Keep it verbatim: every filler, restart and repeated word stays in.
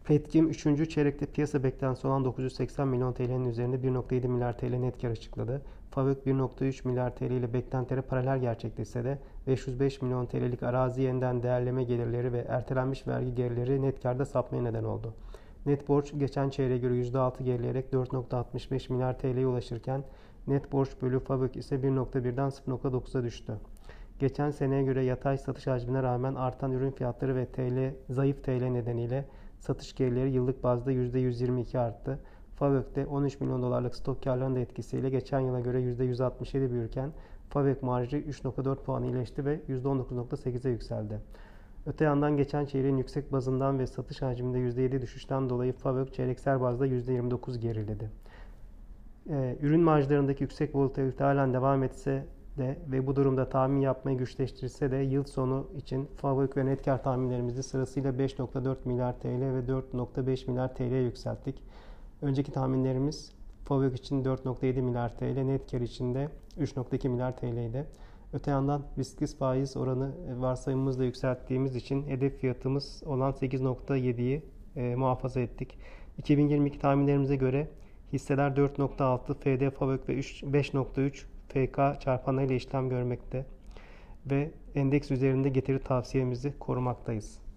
Petkim üçüncü çeyrekte piyasa beklentisi olan dokuz yüz seksen milyon T L'nin üzerinde bir nokta yedi milyar T L net kar açıkladı. Favök bir nokta üç milyar T L ile beklentilere paralel gerçekleşse de beş yüz beş milyon T L'lik arazi yeniden değerleme gelirleri ve ertelenmiş vergi gelirleri net karda sapmaya neden oldu. Net borç geçen çeyreğe göre yüzde altı gerileyerek dört nokta altmış beş milyar T L'ye ulaşırken net borç bölü Favök ise bir nokta birden sıfır nokta dokuza düştü. Geçen seneye göre yatay satış hacmine rağmen artan ürün fiyatları ve T L, zayıf T L nedeniyle satış gelirleri yıllık bazda yüzde yüz yirmi iki arttı. Favök'te on üç milyon dolarlık stok karlarının da etkisiyle geçen yıla göre yüzde yüz altmış yedi büyürken Favök marjı üç nokta dört puan iyileşti ve yüzde on dokuz nokta sekize yükseldi. Öte yandan geçen çeyreğin yüksek bazından ve satış hacminde yüzde yedi düşüşten dolayı Favök çeyreksel bazda yüzde yirmi dokuz geriledi. Ee, ürün marjlarındaki yüksek volatilite halen devam etse de ve bu durumda tahmin yapmayı güçleştirse de yıl sonu için Favök ve net kar tahminlerimizi sırasıyla beş nokta dört milyar T L ve dört nokta beş milyar T L'ye yükselttik. Önceki tahminlerimiz Favök için dört nokta yedi milyar T L, net kar için de üç nokta iki milyar T L idi. Öte yandan risksiz faiz oranı varsayımımızla yükselttiğimiz için hedef fiyatımız olan sekiz nokta yediyi e, muhafaza ettik. iki bin yirmi iki tahminlerimize göre hisseler dört nokta altı F D Favök ve beş nokta üç F K çarpanlarıyla işlem görmekte ve endeks üzerinde getiri tavsiyemizi korumaktayız.